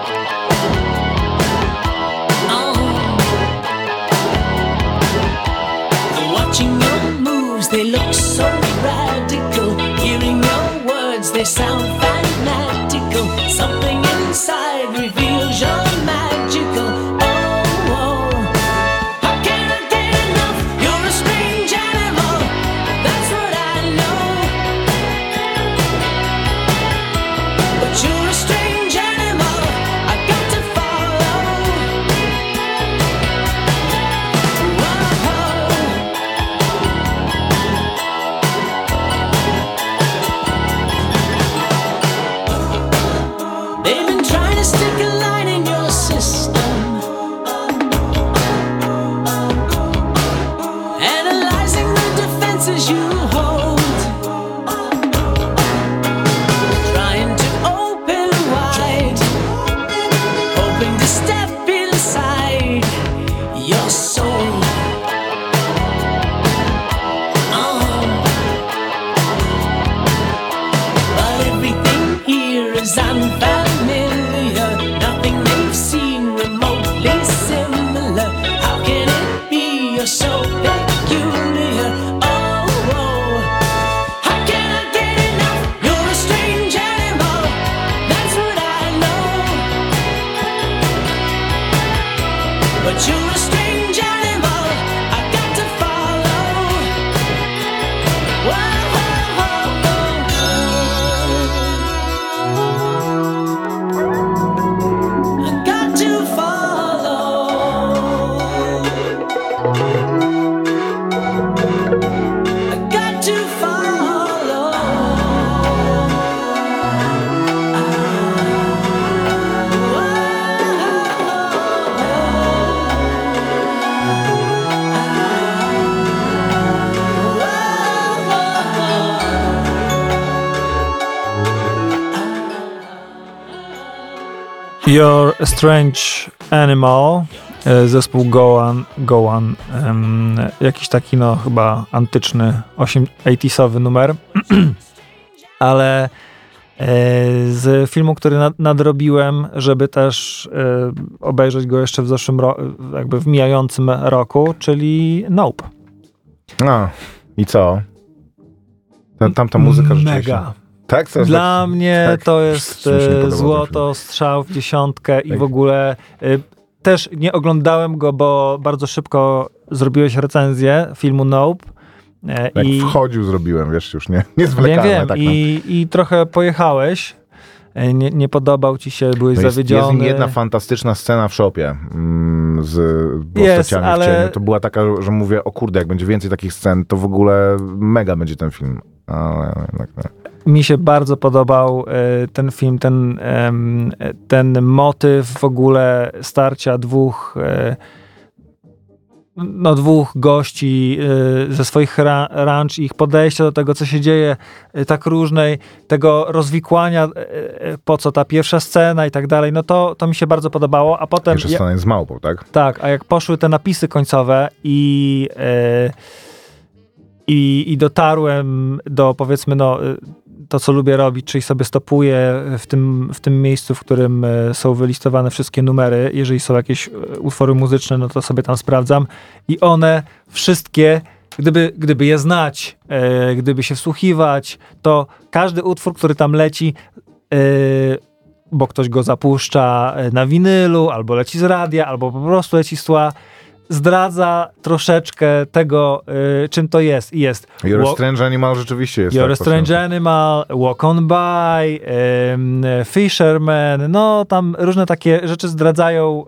Watching your moves, they look so radical. Hearing your words, they sound fanatical. Something inside reveals you're magical. Oh, oh. How can I get enough? You're a strange animal. That's what I know. But you're a strange animal. I got to follow. Whoa. They I got to follow. You're a Strange Animal, zespół Gowan, jakiś taki no chyba antyczny 80sowy numer, ale z filmu, który nadrobiłem, żeby też obejrzeć go jeszcze w zeszłym jakby w mijającym roku, czyli Nope. No, i co? Tamta muzyka rzeczywiście... Mega. Tak? Co Dla tak, mnie tak, to jest mi się nie podobał ten złoto, strzał w dziesiątkę i Tak. w ogóle też nie oglądałem go, bo bardzo szybko zrobiłeś recenzję filmu Nope. Jak wchodził zrobiłem, wiesz, już nie zwlekamy. Wiem, tak, i trochę pojechałeś. Nie podobał ci się, byłeś jest zawiedziony. w nim jedna fantastyczna scena w shopie z Jest, postaciami ale- w cieniu. To była taka, że mówię, o kurde, jak będzie więcej takich scen, to w ogóle mega będzie ten film. Ale jednak nie. Mi się bardzo podobał ten film, ten motyw w ogóle starcia dwóch gości ze swoich ranch, ich podejścia do tego, co się dzieje, tak różnej, tego rozwikłania, po co ta pierwsza scena i tak dalej, no to mi się bardzo podobało, a potem... Jeszcze scena z małpą, tak? Tak, a jak poszły te napisy końcowe i dotarłem do, powiedzmy, to, co lubię robić, czyli sobie stopuję w tym miejscu, w którym są wylistowane wszystkie numery. Jeżeli są jakieś utwory muzyczne, no to sobie tam sprawdzam. I one wszystkie, gdyby je znać, gdyby się wsłuchiwać, to każdy utwór, który tam leci, bo ktoś go zapuszcza na winylu, albo leci z radia, albo po prostu leci z tła, zdradza troszeczkę tego, czym to jest. I jest You're a Strange Animal rzeczywiście jest. You're tak, a Strange Animal, Walk on By, Fisherman, no tam różne takie rzeczy zdradzają,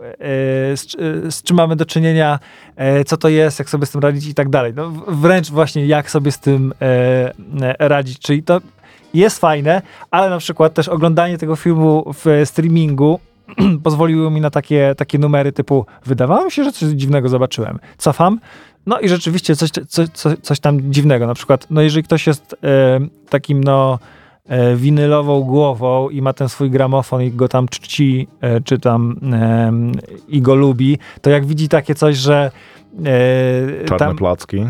z czym mamy do czynienia, co to jest, jak sobie z tym radzić i tak dalej. No, wręcz właśnie jak sobie z tym radzić, czyli to jest fajne, ale na przykład też oglądanie tego filmu w streamingu pozwoliło mi na takie numery typu wydawało mi się, że coś dziwnego zobaczyłem. Cofam. No i rzeczywiście coś tam dziwnego. Na przykład, no jeżeli ktoś jest takim winylową głową i ma ten swój gramofon i go tam czci, czy tam i go lubi, to jak widzi takie coś, że Czarne tam placki.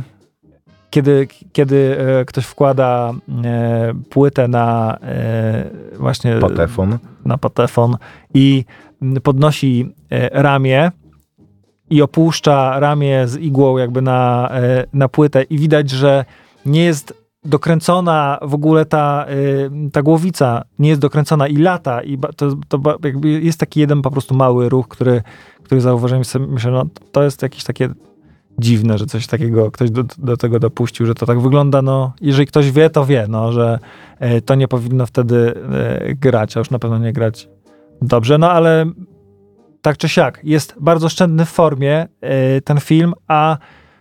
kiedy ktoś wkłada płytę na właśnie Patefon. na patefon i podnosi ramię i opuszcza ramię z igłą jakby na płytę i widać, że nie jest dokręcona w ogóle ta głowica, nie jest dokręcona i lata i to jakby jest taki jeden po prostu mały ruch, który zauważyłem i sobie myślę, no to jest jakieś takie dziwne, że coś takiego ktoś do tego dopuścił, że to tak wygląda, no jeżeli ktoś wie, to wie, no, że to nie powinno wtedy grać, a już na pewno nie grać dobrze, no ale tak czy siak, jest bardzo oszczędny w formie ten film, a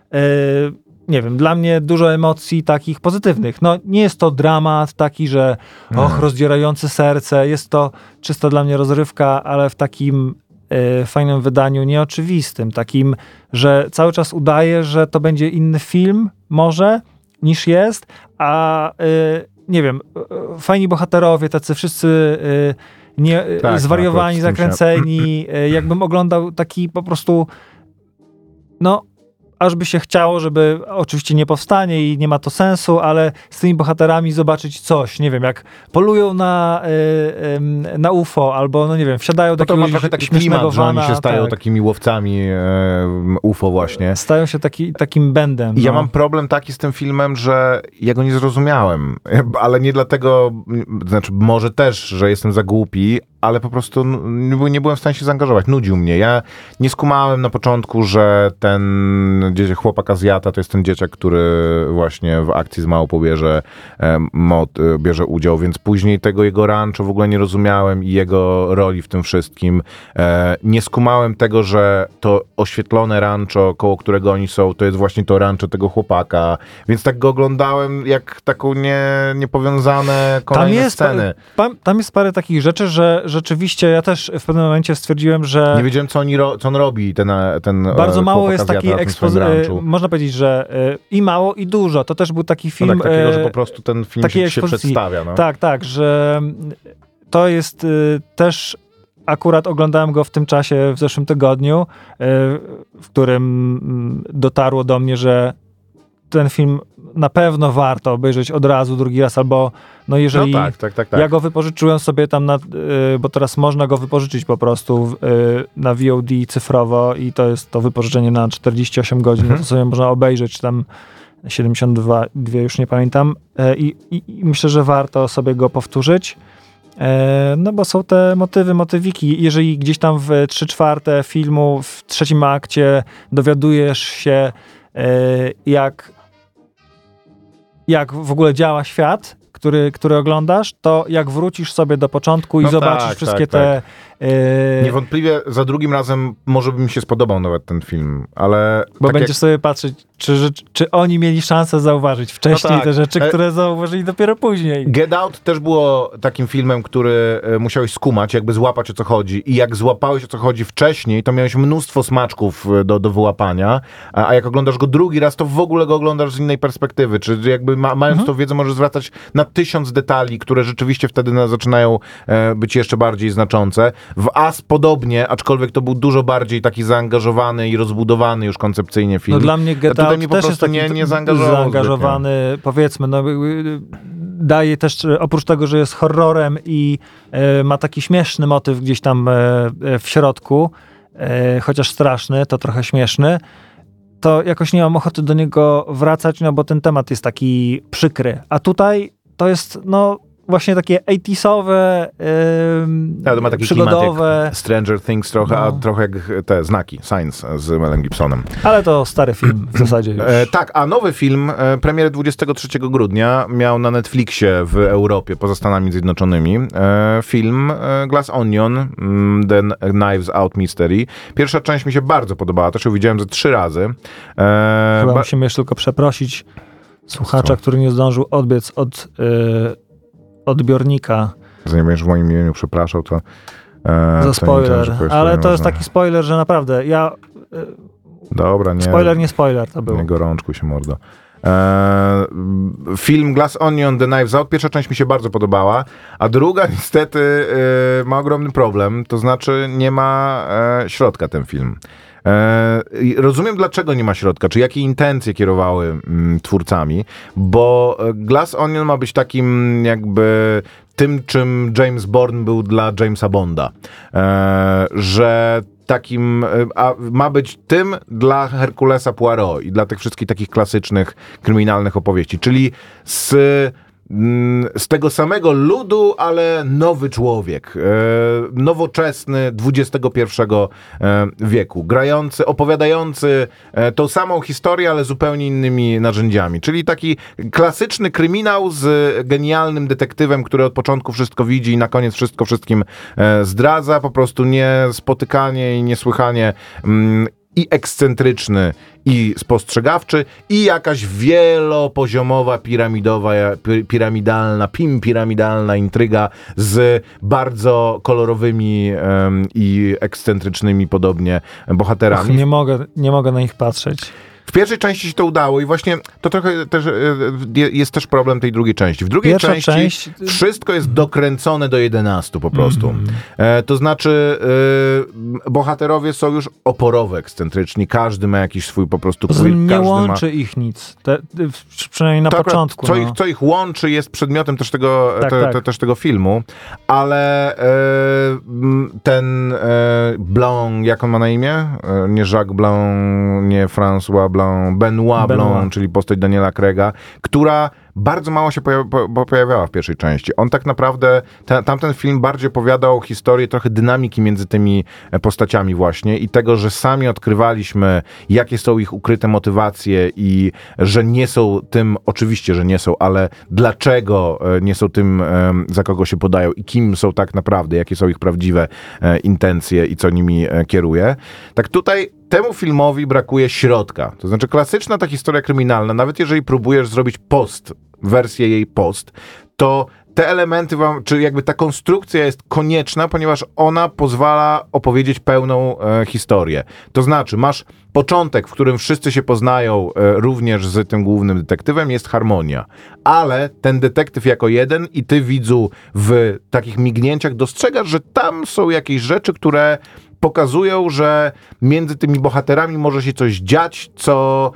nie wiem, dla mnie dużo emocji takich pozytywnych. No nie jest to dramat taki, że rozdzierający serce, jest to czysto dla mnie rozrywka, ale w takim fajnym wydaniu, nieoczywistym, takim, że cały czas udaje, że to będzie inny film może niż jest, a nie wiem, fajni bohaterowie, tacy wszyscy zwariowani, zakręceni, jakbym oglądał taki po prostu aż by się chciało, żeby oczywiście nie powstanie i nie ma to sensu, ale z tymi bohaterami zobaczyć coś, nie wiem, jak polują na UFO, albo no nie wiem, wsiadają do To ma jakiegoś trochę taki śmiesznego klimat, że oni vana, się stają tak. takimi łowcami UFO właśnie. Stają się takim bendem. I ja mam problem taki z tym filmem, że ja go nie zrozumiałem, ale nie dlatego, znaczy może też, że jestem za głupi, ale po prostu nie byłem w stanie się zaangażować. Nudził mnie. Ja nie skumałem na początku, że ten chłopak Azjata to jest ten dzieciak, który właśnie w akcji z małpą bierze udział, więc później tego jego rancho w ogóle nie rozumiałem i jego roli w tym wszystkim. Nie skumałem tego, że to oświetlone rancho, koło którego oni są, to jest właśnie to rancho tego chłopaka, więc tak go oglądałem jak taką niepowiązane kolejne sceny. Tam jest parę takich rzeczy, że rzeczywiście ja też w pewnym momencie stwierdziłem, że... Nie wiedziałem, co on robi, ten bardzo mało jest takiej można powiedzieć, że i mało, i dużo. To też był taki film... No tak, takiego, że po prostu ten film się przedstawia. No. Tak, że to jest też... Akurat oglądałem go w tym czasie, w zeszłym tygodniu, w którym dotarło do mnie, że ten film na pewno warto obejrzeć od razu, drugi raz, albo jeżeli... No tak. Ja go wypożyczyłem sobie tam, bo teraz można go wypożyczyć po prostu na VOD cyfrowo i to jest to wypożyczenie na 48 godzin, to sobie można obejrzeć, czy tam 72, już nie pamiętam. I myślę, że warto sobie go powtórzyć. No bo są te motywiki. Jeżeli gdzieś tam w 3/4 filmu, w trzecim akcie dowiadujesz się, jak w ogóle działa świat, który oglądasz, to jak wrócisz sobie do początku i zobaczysz wszystkie te... Niewątpliwie za drugim razem może by mi się spodobał nawet ten film, ale... Bo będziesz sobie patrzeć, czy oni mieli szansę zauważyć wcześniej te rzeczy, które zauważyli dopiero później. Get Out też było takim filmem, który musiałeś skumać, jakby złapać, o co chodzi. I jak złapałeś, o co chodzi wcześniej, to miałeś mnóstwo smaczków do wyłapania, a jak oglądasz go drugi raz, to w ogóle go oglądasz z innej perspektywy. Czy jakby mając tą wiedzę, możesz zwracać na 1000 detali, które rzeczywiście wtedy zaczynają być jeszcze bardziej znaczące. W As podobnie, aczkolwiek to był dużo bardziej taki zaangażowany i rozbudowany już koncepcyjnie film. No dla mnie Get Out też jest taki nie zaangażowany, powiedzmy, daje też, oprócz tego, że jest horrorem i ma taki śmieszny motyw gdzieś tam w środku, chociaż straszny, to trochę śmieszny, to jakoś nie mam ochoty do niego wracać, bo ten temat jest taki przykry. A tutaj to jest, właśnie takie 80sowe, to ma taki przygodowe. Klimat Stranger Things trochę, a trochę jak te znaki, Signs z Melem Gibsonem. Ale to stary film w zasadzie już. Tak, a nowy film, premierę 23 grudnia, miał na Netflixie w Europie, poza Stanami Zjednoczonymi, film Glass Onion, The Knives Out Mystery. Pierwsza część mi się bardzo podobała, też ją widziałem ze 3 razy. Chyba musimy jeszcze tylko przeprosić słuchacza, który nie zdążył odbiec od odbiornika. Nie będziesz w moim imieniu przepraszał, to... za spoiler, ale to jest taki spoiler, że naprawdę Dobra, nie... Spoiler to był. Nie gorączkuj się, mordo. Film Glass Onion, The Knives Out, pierwsza część mi się bardzo podobała, a druga niestety ma ogromny problem, to znaczy nie ma środka ten film. Rozumiem, dlaczego nie ma środka, czy jakie intencje kierowały twórcami, bo Glass Onion ma być takim jakby tym, czym James Bourne był dla Jamesa Bonda. Że takim, a ma być tym dla Herkulesa Poirot i dla tych wszystkich takich klasycznych kryminalnych opowieści, czyli z tego samego ludu, ale nowy człowiek, nowoczesny XXI wieku, grający, opowiadający tą samą historię, ale zupełnie innymi narzędziami, czyli taki klasyczny kryminał z genialnym detektywem, który od początku wszystko widzi i na koniec wszystko wszystkim zdradza, po prostu niespotykanie i niesłychanie ekscentryczny i spostrzegawczy i jakaś wielopoziomowa, piramidalna intryga z bardzo kolorowymi i ekscentrycznymi podobnie bohaterami. Nie mogę na nich patrzeć. W pierwszej części się to udało i właśnie to trochę też jest też problem tej drugiej części. W drugiej części wszystko jest dokręcone do 11 po prostu. To znaczy bohaterowie są już oporowe, ekscentryczni. Każdy ma jakiś swój po prostu... Nie łączy ich nic. Przynajmniej na początku. Co ich łączy jest przedmiotem też też tego filmu, ale ten Blanc, jak on ma na imię? Nie Jacques Blanc, nie François Blanc, Benoit Blanc, czyli postać Daniela Craiga, która bardzo mało się pojawiała w pierwszej części. On tak naprawdę, tamten film bardziej opowiadał historię trochę dynamiki między tymi postaciami właśnie i tego, że sami odkrywaliśmy, jakie są ich ukryte motywacje i że nie są tym, oczywiście, że nie są, ale dlaczego nie są tym, za kogo się podają i kim są tak naprawdę, jakie są ich prawdziwe intencje i co nimi kieruje. Tak tutaj temu filmowi brakuje środka. To znaczy klasyczna ta historia kryminalna, nawet jeżeli próbujesz zrobić wersję jej to te elementy czy jakby ta konstrukcja jest konieczna, ponieważ ona pozwala opowiedzieć pełną historię. To znaczy, masz początek, w którym wszyscy się poznają również z tym głównym detektywem, jest harmonia. Ale ten detektyw jako jeden i ty, widzu, w takich mignięciach dostrzegasz, że tam są jakieś rzeczy, które pokazują, że między tymi bohaterami może się coś dziać, co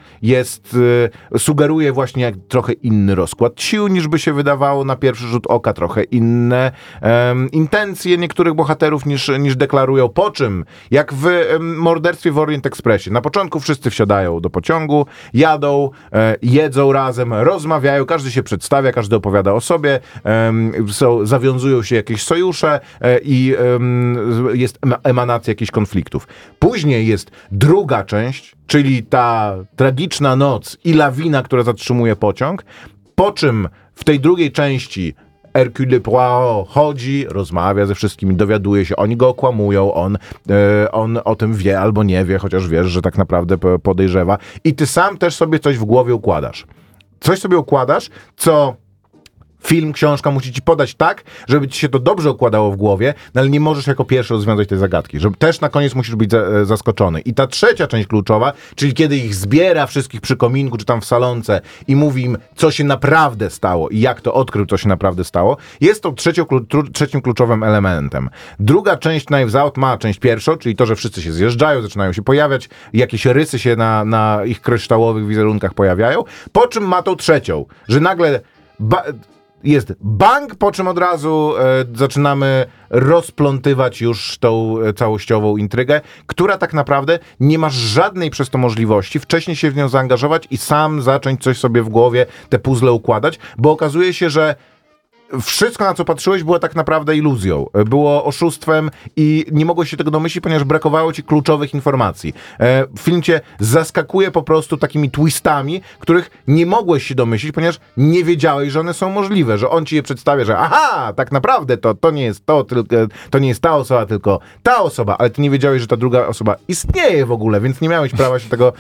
sugeruje właśnie jak trochę inny rozkład sił, niż by się wydawało na pierwszy rzut oka, trochę inne intencje niektórych bohaterów niż deklarują. Po czym, jak w Morderstwie w Orient Expressie, na początku wszyscy wsiadają do pociągu, jadą, jedzą razem, rozmawiają, każdy się przedstawia, każdy opowiada o sobie, zawiązują się jakieś sojusze i jest emanacja jakichś konfliktów. Później jest druga część, czyli ta tragiczna noc i lawina, która zatrzymuje pociąg, po czym w tej drugiej części Hercule Poirot chodzi, rozmawia ze wszystkimi, dowiaduje się, oni go okłamują, on o tym wie albo nie wie, chociaż wiesz, że tak naprawdę podejrzewa i ty sam też sobie coś w głowie układasz. Coś sobie układasz, co film, książka musi ci podać tak, żeby ci się to dobrze układało w głowie, no ale nie możesz jako pierwszy rozwiązać tej zagadki. Że też na koniec musisz być zaskoczony. I ta trzecia część kluczowa, czyli kiedy ich zbiera wszystkich przy kominku, czy tam w salonce i mówi im, co się naprawdę stało i jak to odkrył, co się naprawdę stało, jest to trzecim kluczowym elementem. Druga część Knives Out ma część pierwszą, czyli to, że wszyscy się zjeżdżają, zaczynają się pojawiać, jakieś rysy się na ich kryształowych wizerunkach pojawiają, po czym ma tą trzecią, że nagle jest bang, po czym od razu zaczynamy rozplątywać już tą całościową intrygę, która tak naprawdę nie masz żadnej przez to możliwości wcześniej się w nią zaangażować i sam zacząć coś sobie w głowie, te puzzle układać, bo okazuje się, że wszystko, na co patrzyłeś, było tak naprawdę iluzją. Było oszustwem i nie mogłeś się tego domyślić, ponieważ brakowało ci kluczowych informacji. Film cię zaskakuje po prostu takimi twistami, których nie mogłeś się domyślić, ponieważ nie wiedziałeś, że one są możliwe, że on ci je przedstawia, że aha, tak naprawdę to nie jest to nie jest ta osoba, tylko ta osoba, ale ty nie wiedziałeś, że ta druga osoba istnieje w ogóle, więc nie miałeś prawa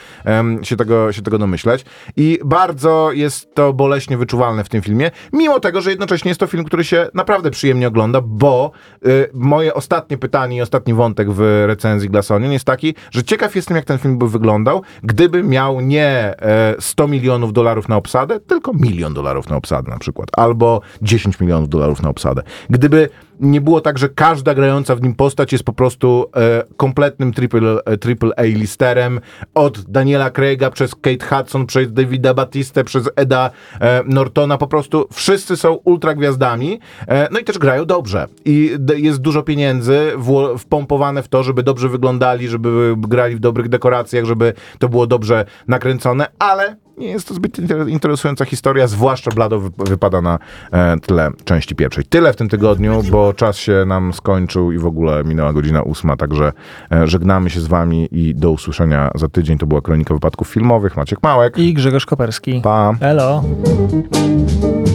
się tego domyśleć. I bardzo jest to boleśnie wyczuwalne w tym filmie, mimo tego, że jednocześnie jest to film, który się naprawdę przyjemnie ogląda, bo moje ostatnie pytanie i ostatni wątek w recenzji Glass Onion jest taki, że ciekaw jestem, jak ten film by wyglądał, gdyby miał nie $100 milionów na obsadę, tylko $1 milion na obsadę na przykład, albo $10 milionów na obsadę. Gdyby nie było tak, że każda grająca w nim postać jest po prostu kompletnym triple A-listerem, od Daniela Craiga przez Kate Hudson, przez Davida Batistę, przez Eda Nortona, po prostu wszyscy są ultra gwiazdami, no i też grają dobrze. I jest dużo pieniędzy wpompowane w to, żeby dobrze wyglądali, żeby grali w dobrych dekoracjach, żeby to było dobrze nakręcone, ale nie jest to zbyt interesująca historia, zwłaszcza blado wypada na tle części pierwszej. Tyle w tym tygodniu, bo czas się nam skończył i w ogóle minęła godzina 8, także żegnamy się z wami i do usłyszenia za tydzień. To była Kronika Wypadków Filmowych. Maciek Małek i Grzegorz Koperski. Pa. Elo.